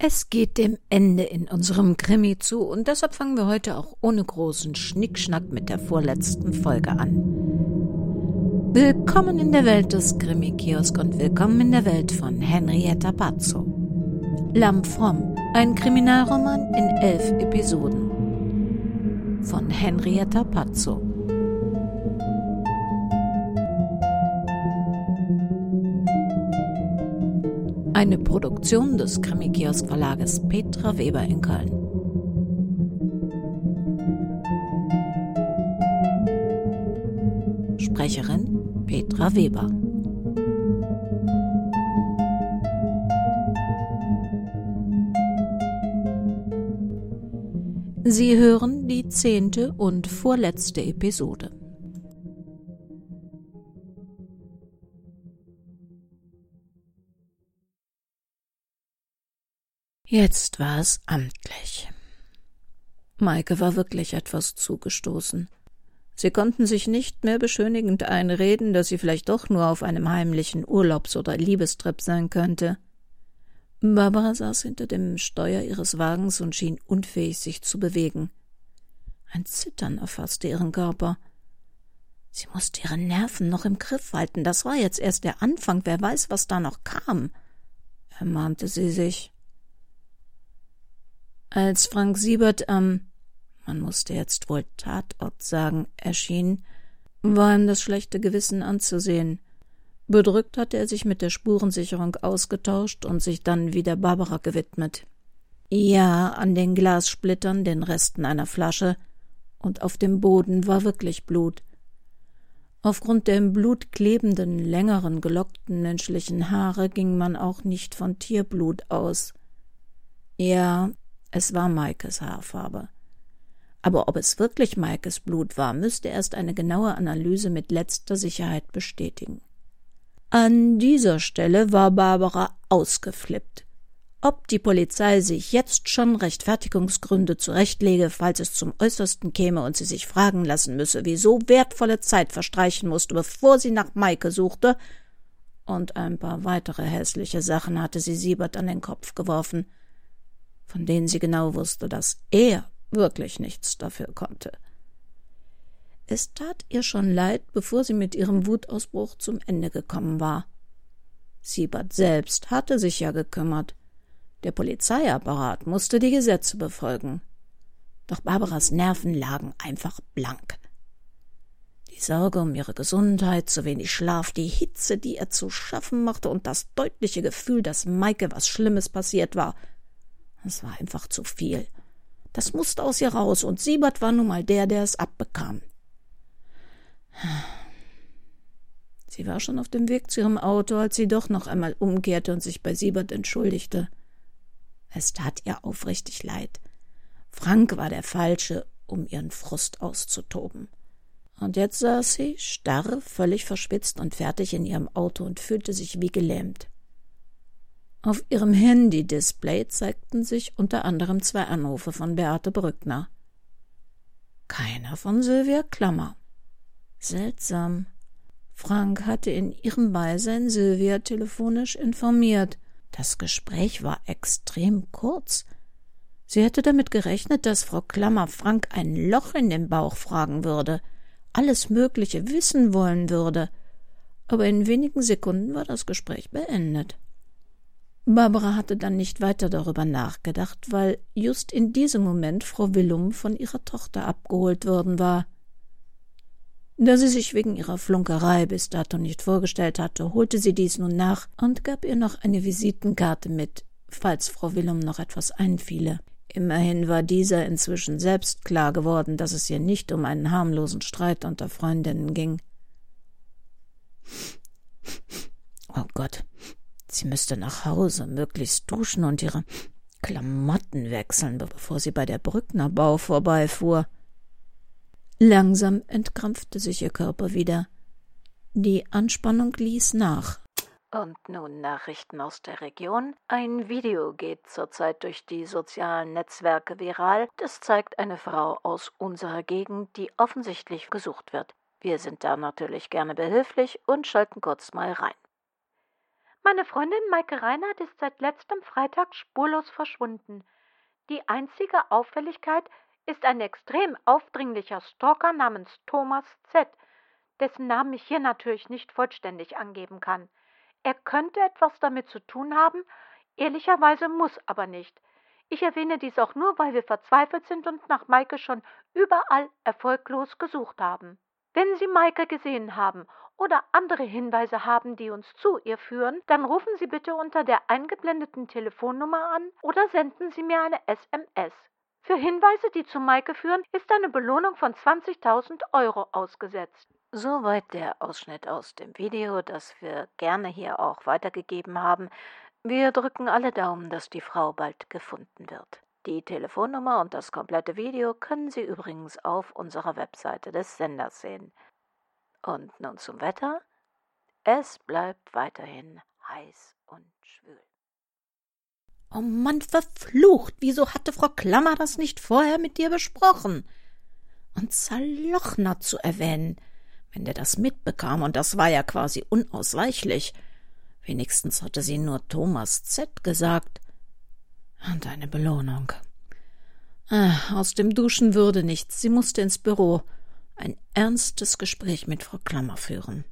Es geht dem Ende in unserem Krimi zu und deshalb fangen wir heute auch ohne großen Schnickschnack mit der vorletzten Folge an. Willkommen in der Welt des Krimi-Kiosk und willkommen in der Welt von Henrietta Pazzo. Lamm fromm, ein Kriminalroman in 11 Episoden. Von Henrietta Pazzo. Eine Produktion des Krimi-Kiosk-Verlages Petra Weber in Köln. Sprecherin Petra Weber. Sie hören die 10. und vorletzte Episode. Jetzt war es amtlich. Maike war wirklich etwas zugestoßen. Sie konnten sich nicht mehr beschönigend einreden, dass sie vielleicht doch nur auf einem heimlichen Urlaubs- oder Liebestrip sein könnte. Barbara saß hinter dem Steuer ihres Wagens und schien unfähig, sich zu bewegen. Ein Zittern erfasste ihren Körper. Sie musste ihre Nerven noch im Griff halten. Das war jetzt erst der Anfang. Wer weiß, was da noch kam, ermahnte sie sich. Als Frank Siebert man musste jetzt wohl Tatort sagen, erschien, war ihm das schlechte Gewissen anzusehen. Bedrückt hatte er sich mit der Spurensicherung ausgetauscht und sich dann wieder Barbara gewidmet. Ja, an den Glassplittern, den Resten einer Flasche, und auf dem Boden war wirklich Blut. Aufgrund der im Blut klebenden, längeren, gelockten menschlichen Haare ging man auch nicht von Tierblut aus. Ja, es war Maikes Haarfarbe. Aber ob es wirklich Maikes Blut war, müsste erst eine genaue Analyse mit letzter Sicherheit bestätigen. An dieser Stelle war Barbara ausgeflippt. Ob die Polizei sich jetzt schon Rechtfertigungsgründe zurechtlege, falls es zum Äußersten käme und sie sich fragen lassen müsse, wie so wertvolle Zeit verstreichen musste, bevor sie nach Maike suchte, und ein paar weitere hässliche Sachen hatte sie Siebert an den Kopf geworfen, von denen sie genau wusste, dass er wirklich nichts dafür konnte. Es tat ihr schon leid, bevor sie mit ihrem Wutausbruch zum Ende gekommen war. Siebert selbst hatte sich ja gekümmert. Der Polizeiapparat musste die Gesetze befolgen. Doch Barbaras Nerven lagen einfach blank. Die Sorge um ihre Gesundheit, zu wenig Schlaf, die Hitze, die ihr zu schaffen machte, und das deutliche Gefühl, dass Maike was Schlimmes passiert war, es war einfach zu viel. Das musste aus ihr raus, und Siebert war nun mal der es abbekam. Sie war schon auf dem Weg zu ihrem Auto, als sie doch noch einmal umkehrte und sich bei Siebert entschuldigte. Es tat ihr aufrichtig leid. Frank war der Falsche, um ihren Frust auszutoben. Und jetzt saß sie, starr, völlig verschwitzt und fertig in ihrem Auto und fühlte sich wie gelähmt. Auf ihrem Handy-Display zeigten sich unter anderem 2 Anrufe von Beate Brückner. Keiner von Sylvia Klammer. Seltsam. Frank hatte in ihrem Beisein Sylvia telefonisch informiert. Das Gespräch war extrem kurz. Sie hätte damit gerechnet, dass Frau Klammer Frank ein Loch in den Bauch fragen würde, alles Mögliche wissen wollen würde. Aber in wenigen Sekunden war das Gespräch beendet. Barbara hatte dann nicht weiter darüber nachgedacht, weil just in diesem Moment Frau Willum von ihrer Tochter abgeholt worden war. Da sie sich wegen ihrer Flunkerei bis dato nicht vorgestellt hatte, holte sie dies nun nach und gab ihr noch eine Visitenkarte mit, falls Frau Willum noch etwas einfiele. Immerhin war dieser inzwischen selbst klar geworden, dass es ihr nicht um einen harmlosen Streit unter Freundinnen ging. Oh Gott, sie müsste nach Hause, möglichst duschen und ihre Klamotten wechseln, bevor sie bei der Brückner Bau vorbeifuhr. Langsam entkrampfte sich ihr Körper wieder. Die Anspannung ließ nach. Und nun Nachrichten aus der Region. Ein Video geht zurzeit durch die sozialen Netzwerke viral. Das zeigt eine Frau aus unserer Gegend, die offensichtlich gesucht wird. Wir sind da natürlich gerne behilflich und schalten kurz mal rein. Meine Freundin Maike Reinhardt ist seit letztem Freitag spurlos verschwunden. Die einzige Auffälligkeit ist ein extrem aufdringlicher Stalker namens Thomas Z., dessen Namen ich hier natürlich nicht vollständig angeben kann. Er könnte etwas damit zu tun haben, ehrlicherweise muss aber nicht. Ich erwähne dies auch nur, weil wir verzweifelt sind und nach Maike schon überall erfolglos gesucht haben. Wenn Sie Maike gesehen haben oder andere Hinweise haben, die uns zu ihr führen, dann rufen Sie bitte unter der eingeblendeten Telefonnummer an oder senden Sie mir eine SMS. Für Hinweise, die zu Maike führen, ist eine Belohnung von 20.000 € ausgesetzt. Soweit der Ausschnitt aus dem Video, das wir gerne hier auch weitergegeben haben. Wir drücken alle Daumen, dass die Frau bald gefunden wird. Die Telefonnummer und das komplette Video können Sie übrigens auf unserer Webseite des Senders sehen. Und nun zum Wetter. Es bleibt weiterhin heiß und schwül. Oh Mann, verflucht! Wieso hatte Frau Klammer das nicht vorher mit dir besprochen? Und Zerlochner zu erwähnen, wenn der das mitbekam, und das war ja quasi unausweichlich. Wenigstens hatte sie nur Thomas Z. gesagt. Und eine Belohnung. Aus dem Duschen würde nichts. Sie musste ins Büro. Ein ernstes Gespräch mit Frau Klammer führen.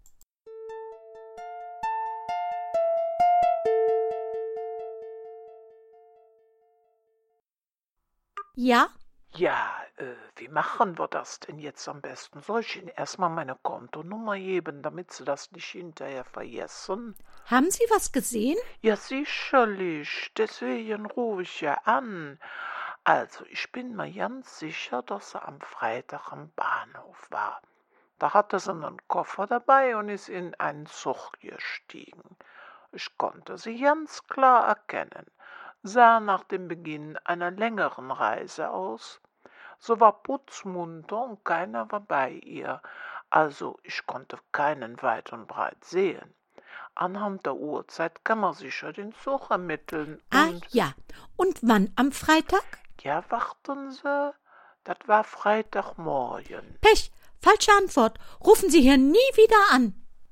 Ja? Ja, wie machen wir das denn jetzt am besten? Soll ich Ihnen erstmal meine Kontonummer geben, damit Sie das nicht hinterher vergessen? Haben Sie was gesehen? Ja, sicherlich. Deswegen rufe ich ja an. Also, ich bin mir ganz sicher, dass sie am Freitag am Bahnhof war. Da hatte sie einen Koffer dabei und ist in einen Zug gestiegen. Ich konnte sie ganz klar erkennen. Sah nach dem Beginn einer längeren Reise aus. So war putzmunter und keiner war bei ihr, also ich konnte keinen weit und breit sehen. Anhand der Uhrzeit kann man sicher den Zug ermitteln. Ja, und wann am Freitag? Ja, warten Sie, das war Freitagmorgen. Pech, falsche Antwort. Rufen Sie hier nie wieder an.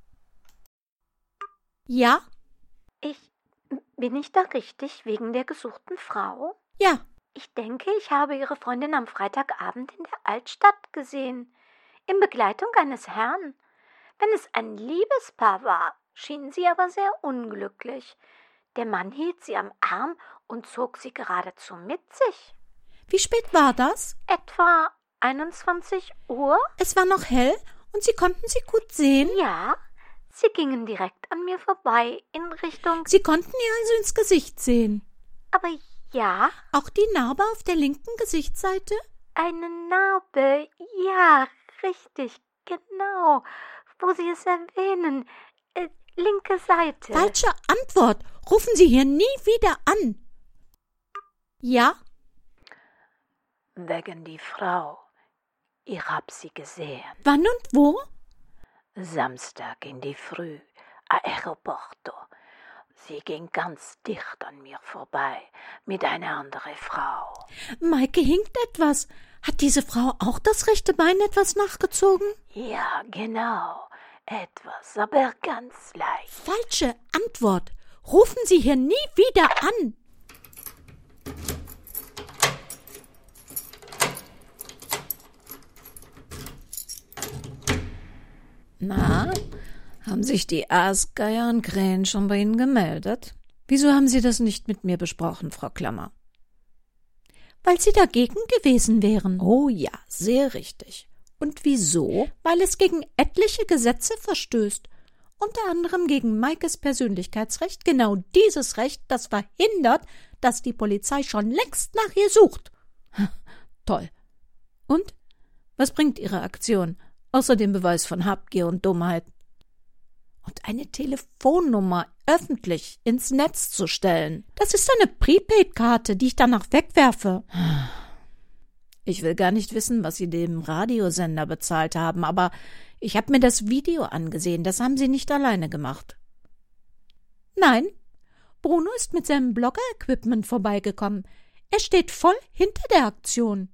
Ja? Bin ich da richtig wegen der gesuchten Frau? Ja. Ich denke, ich habe Ihre Freundin am Freitagabend in der Altstadt gesehen, in Begleitung eines Herrn. Wenn es ein Liebespaar war, schien sie aber sehr unglücklich. Der Mann hielt sie am Arm und zog sie geradezu mit sich. Wie spät war das? Etwa 21 Uhr? Es war noch hell und Sie konnten sie gut sehen? Ja, sie gingen direkt an mir vorbei in Richtung... Sie konnten ihr also ins Gesicht sehen? Aber ja. Auch die Narbe auf der linken Gesichtsseite? Eine Narbe, ja, richtig, genau. Wo Sie es erwähnen. Linke Seite. Falsche Antwort. Rufen Sie hier nie wieder an. Ja? Wegen die Frau. Ich hab sie gesehen. Wann und wo? Samstag in die Früh, a Aeroporto. Sie ging ganz dicht an mir vorbei, mit einer anderen Frau. Maike hinkt etwas. Hat diese Frau auch das rechte Bein etwas nachgezogen? Ja, genau. Etwas, aber ganz leicht. Falsche Antwort. Rufen Sie hier nie wieder an. Na, haben sich die Aasgeier und Krähen schon bei Ihnen gemeldet? Wieso haben Sie das nicht mit mir besprochen, Frau Klammer? Weil Sie dagegen gewesen wären. Oh ja, sehr richtig. Und wieso? Weil es gegen etliche Gesetze verstößt. Unter anderem gegen Maikes Persönlichkeitsrecht, genau dieses Recht, das verhindert, dass die Polizei schon längst nach ihr sucht. Toll. Und? Was bringt Ihre Aktion, außer dem Beweis von Habgier und Dummheit? Und eine Telefonnummer öffentlich ins Netz zu stellen. Das ist eine Prepaid-Karte, die ich danach wegwerfe. Ich will gar nicht wissen, was Sie dem Radiosender bezahlt haben, aber ich habe mir das Video angesehen, das haben Sie nicht alleine gemacht. Nein, Bruno ist mit seinem Blogger-Equipment vorbeigekommen. Er steht voll hinter der Aktion.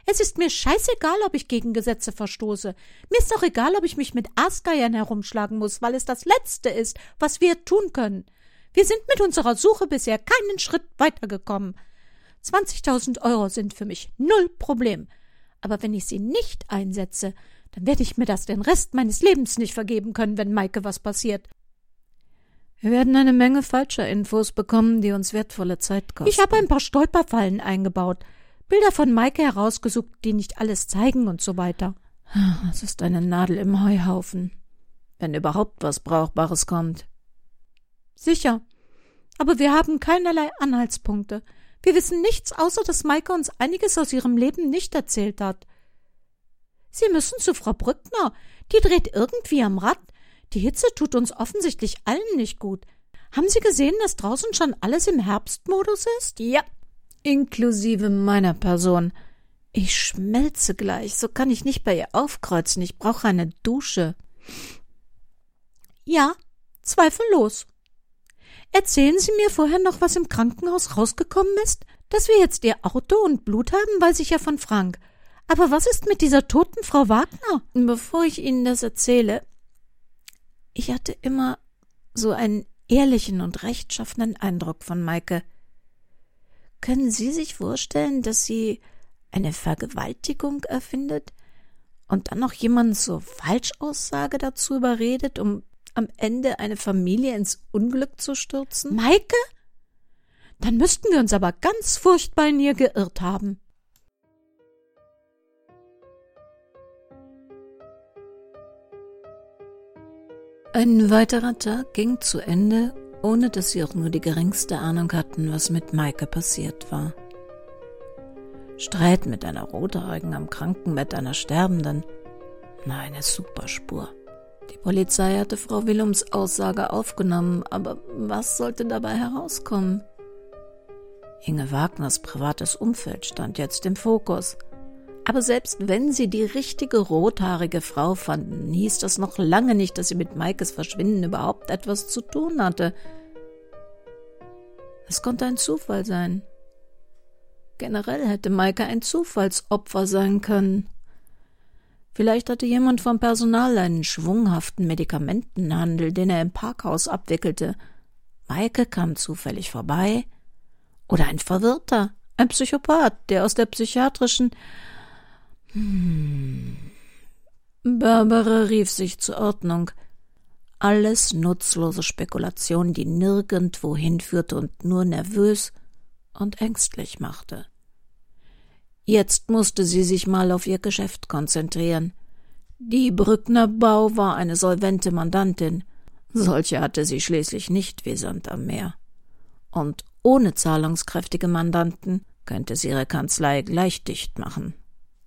Es ist mir scheißegal, ob ich gegen Gesetze verstoße. Mir ist auch egal, ob ich mich mit Aasgeiern herumschlagen muss, weil es das Letzte ist, was wir tun können. Wir sind mit unserer Suche bisher keinen Schritt weitergekommen. 20.000 € sind für mich 0 Problem. Aber wenn ich sie nicht einsetze, dann werde ich mir das den Rest meines Lebens nicht vergeben können, wenn Maike was passiert. Wir werden eine Menge falscher Infos bekommen, die uns wertvolle Zeit kosten. Ich habe ein paar Stolperfallen eingebaut, Bilder von Maike herausgesucht, die nicht alles zeigen und so weiter. Es ist eine Nadel im Heuhaufen, wenn überhaupt was Brauchbares kommt. Sicher, aber wir haben keinerlei Anhaltspunkte. Wir wissen nichts, außer dass Maike uns einiges aus ihrem Leben nicht erzählt hat. Sie müssen zu Frau Brückner. Die dreht irgendwie am Rad. Die Hitze tut uns offensichtlich allen nicht gut. Haben Sie gesehen, dass draußen schon alles im Herbstmodus ist? Ja, inklusive meiner Person. Ich schmelze gleich, so kann ich nicht bei ihr aufkreuzen. Ich brauche eine Dusche. Ja, zweifellos. Erzählen Sie mir vorher noch, was im Krankenhaus rausgekommen ist? Dass wir jetzt Ihr Auto und Blut haben, weiß ich ja von Frank. Aber was ist mit dieser toten Frau Wagner? Bevor ich Ihnen das erzähle, ich hatte immer so einen ehrlichen und rechtschaffenen Eindruck von Maike. Können Sie sich vorstellen, dass sie eine Vergewaltigung erfindet und dann noch jemand zur Falschaussage dazu überredet, um am Ende eine Familie ins Unglück zu stürzen? Maike? Dann müssten wir uns aber ganz furchtbar in ihr geirrt haben. Ein weiterer Tag ging zu Ende, ohne dass sie auch nur die geringste Ahnung hatten, was mit Maike passiert war. Streit mit einer Rothaarigen am Krankenbett einer Sterbenden. Eine Superspur. Die Polizei hatte Frau Willums Aussage aufgenommen, aber was sollte dabei herauskommen? Inge Wagners privates Umfeld stand jetzt im Fokus. Aber selbst wenn sie die richtige rothaarige Frau fanden, hieß das noch lange nicht, dass sie mit Maikes Verschwinden überhaupt etwas zu tun hatte. Es konnte ein Zufall sein. Generell hätte Maike ein Zufallsopfer sein können. Vielleicht hatte jemand vom Personal einen schwunghaften Medikamentenhandel, den er im Parkhaus abwickelte. Maike kam zufällig vorbei. Oder ein Verwirrter, ein Psychopath, der aus der psychiatrischen... Barbara rief sich zur Ordnung. Alles nutzlose Spekulation, die nirgendwo hinführte und nur nervös und ängstlich machte. Jetzt musste sie sich mal auf ihr Geschäft konzentrieren. Die Brückner Bau war eine solvente Mandantin. Solche hatte sie schließlich nicht wie Sand am Meer. Und ohne zahlungskräftige Mandanten könnte sie ihre Kanzlei gleich dicht machen.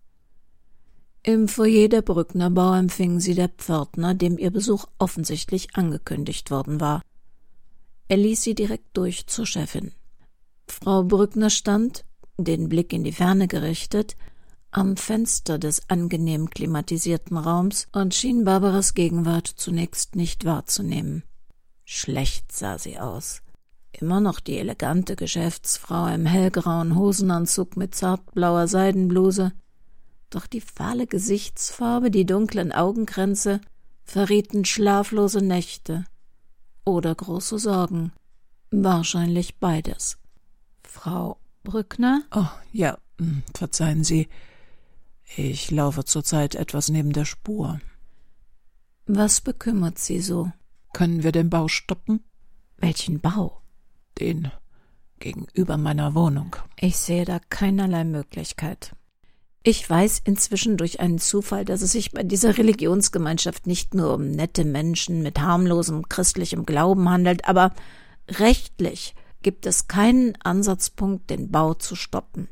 Im Foyer der Brückner Bau empfing sie der Pförtner, dem ihr Besuch offensichtlich angekündigt worden war. Er ließ sie direkt durch zur Chefin. Frau Brückner stand, den Blick in die Ferne gerichtet, am Fenster des angenehm klimatisierten Raums und schien Barbaras Gegenwart zunächst nicht wahrzunehmen. Schlecht sah sie aus. Immer noch die elegante Geschäftsfrau im hellgrauen Hosenanzug mit zartblauer Seidenbluse, doch die fahle Gesichtsfarbe, die dunklen Augenkränze verrieten schlaflose Nächte oder große Sorgen. Wahrscheinlich beides. Frau Brückner? Oh, ja, verzeihen Sie. Ich laufe zurzeit etwas neben der Spur. Was bekümmert Sie so? Können wir den Bau stoppen? Welchen Bau? Den gegenüber meiner Wohnung. Ich sehe da keinerlei Möglichkeit. Ich weiß inzwischen durch einen Zufall, dass es sich bei dieser Religionsgemeinschaft nicht nur um nette Menschen mit harmlosem christlichem Glauben handelt, aber rechtlich gibt es keinen Ansatzpunkt, den Bau zu stoppen.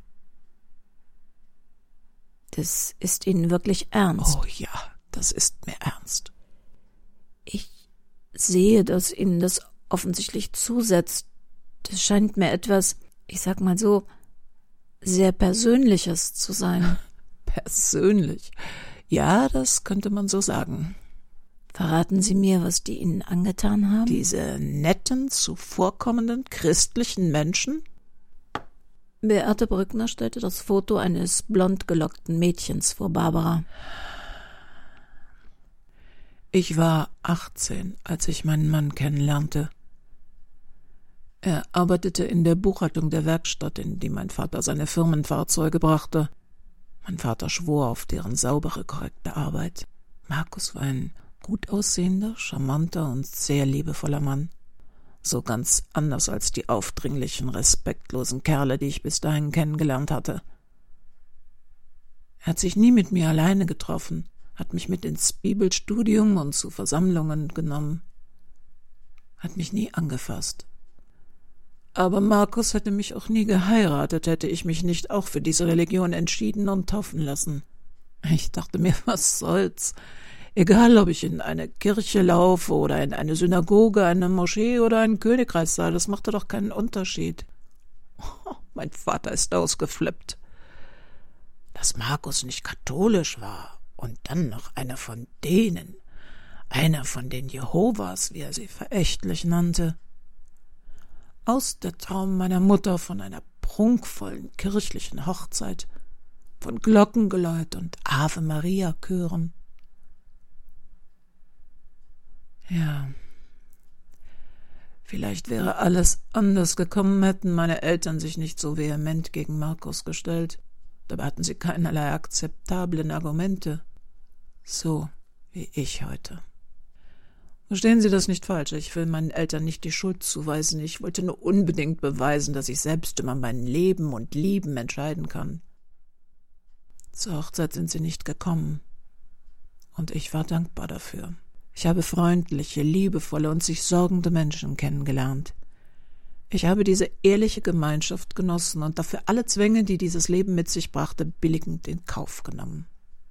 Das ist Ihnen wirklich ernst? Oh ja, das ist mir ernst. Ich sehe, dass Ihnen das offensichtlich zusetzt. Das scheint mir etwas, ich sag mal so, sehr Persönliches zu sein. Persönlich? Ja, das könnte man so sagen. Verraten Sie mir, was die Ihnen angetan haben? Diese netten, zuvorkommenden, christlichen Menschen? Beate Brückner stellte das Foto eines blond gelockten Mädchens vor Barbara. Ich war 18, als ich meinen Mann kennenlernte. Er arbeitete in der Buchhaltung der Werkstatt, in die mein Vater seine Firmenfahrzeuge brachte. Mein Vater schwor auf deren saubere, korrekte Arbeit. Markus war ein gut aussehender, charmanter und sehr liebevoller Mann. So ganz anders als die aufdringlichen, respektlosen Kerle, die ich bis dahin kennengelernt hatte. Er hat sich nie mit mir alleine getroffen, hat mich mit ins Bibelstudium und zu Versammlungen genommen, hat mich nie angefasst. Aber Markus hätte mich auch nie geheiratet, hätte ich mich nicht auch für diese Religion entschieden und taufen lassen. Ich dachte mir, was soll's? Egal, ob ich in eine Kirche laufe oder in eine Synagoge, eine Moschee oder einen Königreichssaal, das machte doch keinen Unterschied. Oh, mein Vater ist ausgeflippt. Dass Markus nicht katholisch war und dann noch einer von denen, einer von den Jehovas, wie er sie verächtlich nannte. Aus der Traum meiner Mutter von einer prunkvollen kirchlichen Hochzeit, von Glockengeläut und Ave Maria Chören. Ja, vielleicht wäre alles anders gekommen, hätten meine Eltern sich nicht so vehement gegen Markus gestellt. Dabei hatten sie keinerlei akzeptablen Argumente. So wie ich heute. Verstehen Sie das nicht falsch, ich will meinen Eltern nicht die Schuld zuweisen, ich wollte nur unbedingt beweisen, dass ich selbst über mein Leben und Lieben entscheiden kann. Zur Hochzeit sind sie nicht gekommen, und ich war dankbar dafür. Ich habe freundliche, liebevolle und sich sorgende Menschen kennengelernt. Ich habe diese ehrliche Gemeinschaft genossen und dafür alle Zwänge, die dieses Leben mit sich brachte, billigend in Kauf genommen.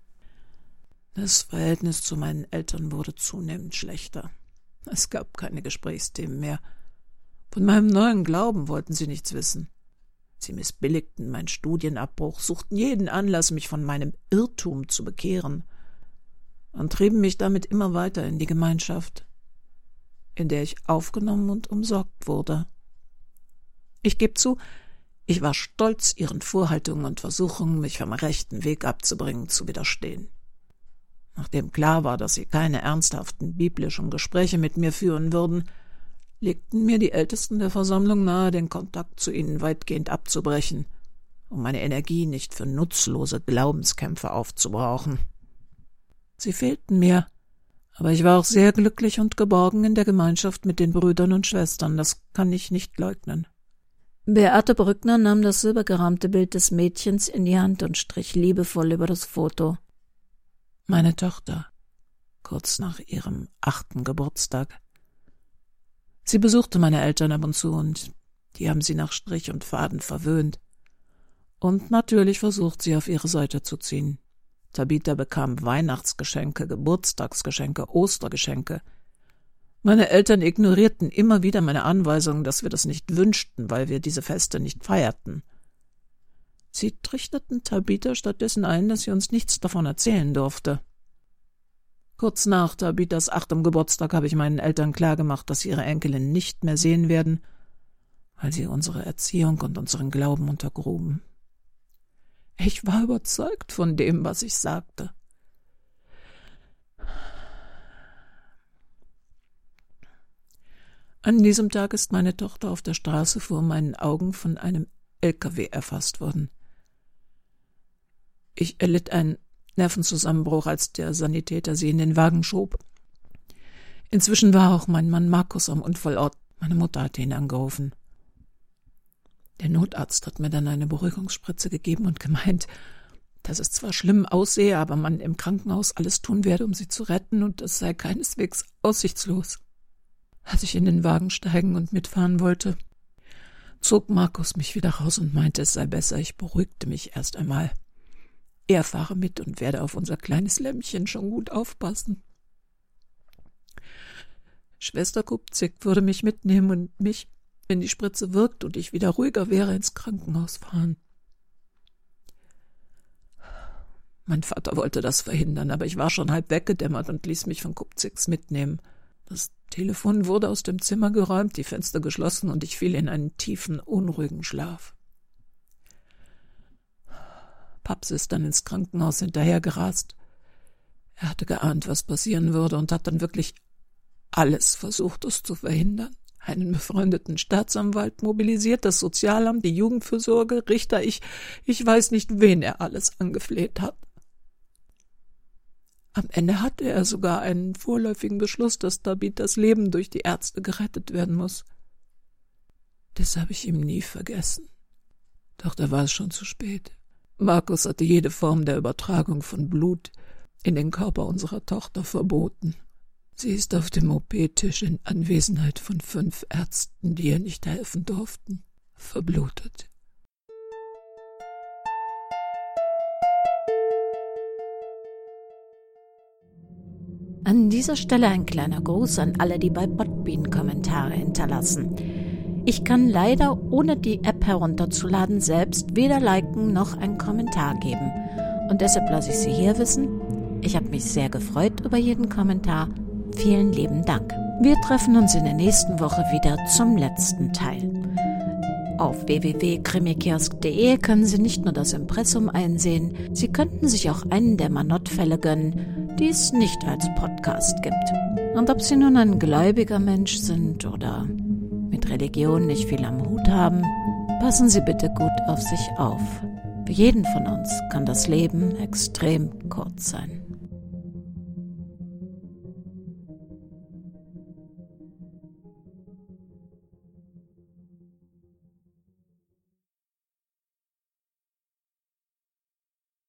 Das Verhältnis zu meinen Eltern wurde zunehmend schlechter. Es gab keine Gesprächsthemen mehr. Von meinem neuen Glauben wollten sie nichts wissen. Sie missbilligten meinen Studienabbruch, suchten jeden Anlass, mich von meinem Irrtum zu bekehren und trieben mich damit immer weiter in die Gemeinschaft, in der ich aufgenommen und umsorgt wurde. Ich gebe zu, ich war stolz, ihren Vorhaltungen und Versuchungen, mich vom rechten Weg abzubringen, zu widerstehen. Nachdem klar war, dass sie keine ernsthaften biblischen Gespräche mit mir führen würden, legten mir die Ältesten der Versammlung nahe, den Kontakt zu ihnen weitgehend abzubrechen, um meine Energie nicht für nutzlose Glaubenskämpfe aufzubrauchen. Sie fehlten mir, aber ich war auch sehr glücklich und geborgen in der Gemeinschaft mit den Brüdern und Schwestern, das kann ich nicht leugnen. Beate Brückner nahm das silbergerahmte Bild des Mädchens in die Hand und strich liebevoll über das Foto. Meine Tochter, kurz nach ihrem 8. Geburtstag. Sie besuchte meine Eltern ab und zu, und die haben sie nach Strich und Faden verwöhnt. Und natürlich versucht, sie auf ihre Seite zu ziehen. Tabitha bekam Weihnachtsgeschenke, Geburtstagsgeschenke, Ostergeschenke. Meine Eltern ignorierten immer wieder meine Anweisungen, dass wir das nicht wünschten, weil wir diese Feste nicht feierten. Sie trichterten Tabitha stattdessen ein, dass sie uns nichts davon erzählen durfte. Kurz nach Tabithas 8. Geburtstag habe ich meinen Eltern klargemacht, dass sie ihre Enkelin nicht mehr sehen werden, weil sie unsere Erziehung und unseren Glauben untergruben. Ich war überzeugt von dem, was ich sagte. An diesem Tag ist meine Tochter auf der Straße vor meinen Augen von einem LKW erfasst worden. Ich erlitt einen Nervenzusammenbruch, als der Sanitäter sie in den Wagen schob. Inzwischen war auch mein Mann Markus am Unfallort. Meine Mutter hatte ihn angerufen. Der Notarzt hat mir dann eine Beruhigungsspritze gegeben und gemeint, dass es zwar schlimm aussehe, aber man im Krankenhaus alles tun werde, um sie zu retten, und es sei keineswegs aussichtslos. Als ich in den Wagen steigen und mitfahren wollte, zog Markus mich wieder raus und meinte, es sei besser, ich beruhigte mich erst einmal. Er fahre mit und werde auf unser kleines Lämmchen schon gut aufpassen. Schwester Kupzig würde mich mitnehmen und mich, wenn die Spritze wirkt und ich wieder ruhiger wäre, ins Krankenhaus fahren. Mein Vater wollte das verhindern, aber ich war schon halb weggedämmert und ließ mich von Kupzigs mitnehmen. Das Telefon wurde aus dem Zimmer geräumt, die Fenster geschlossen, und ich fiel in einen tiefen, unruhigen Schlaf. Paps ist dann ins Krankenhaus hinterhergerast. Er hatte geahnt, was passieren würde und hat dann wirklich alles versucht, es zu verhindern. Einen befreundeten Staatsanwalt mobilisiert, das Sozialamt, die Jugendfürsorge, Richter, ich weiß nicht, wen er alles angefleht hat. Am Ende hatte er sogar einen vorläufigen Beschluss, dass Tabitas Leben durch die Ärzte gerettet werden muss. Das habe ich ihm nie vergessen. Doch da war es schon zu spät. Markus hatte jede Form der Übertragung von Blut in den Körper unserer Tochter verboten. Sie ist auf dem OP-Tisch in Anwesenheit von 5 Ärzten, die ihr nicht helfen durften, verblutet. An dieser Stelle ein kleiner Gruß an alle, die bei Podbean Kommentare hinterlassen. Ich kann leider, ohne die App herunterzuladen, selbst weder liken noch einen Kommentar geben. Und deshalb lasse ich Sie hier wissen, ich habe mich sehr gefreut über jeden Kommentar. Vielen lieben Dank. Wir treffen uns in der nächsten Woche wieder zum letzten Teil. Auf www.krimikiosk.de können Sie nicht nur das Impressum einsehen, Sie könnten sich auch einen der Manott-Fälle gönnen, die es nicht als Podcast gibt. Und ob Sie nun ein gläubiger Mensch sind oder mit Religion nicht viel am Hut haben, passen Sie bitte gut auf sich auf. Für jeden von uns kann das Leben extrem kurz sein.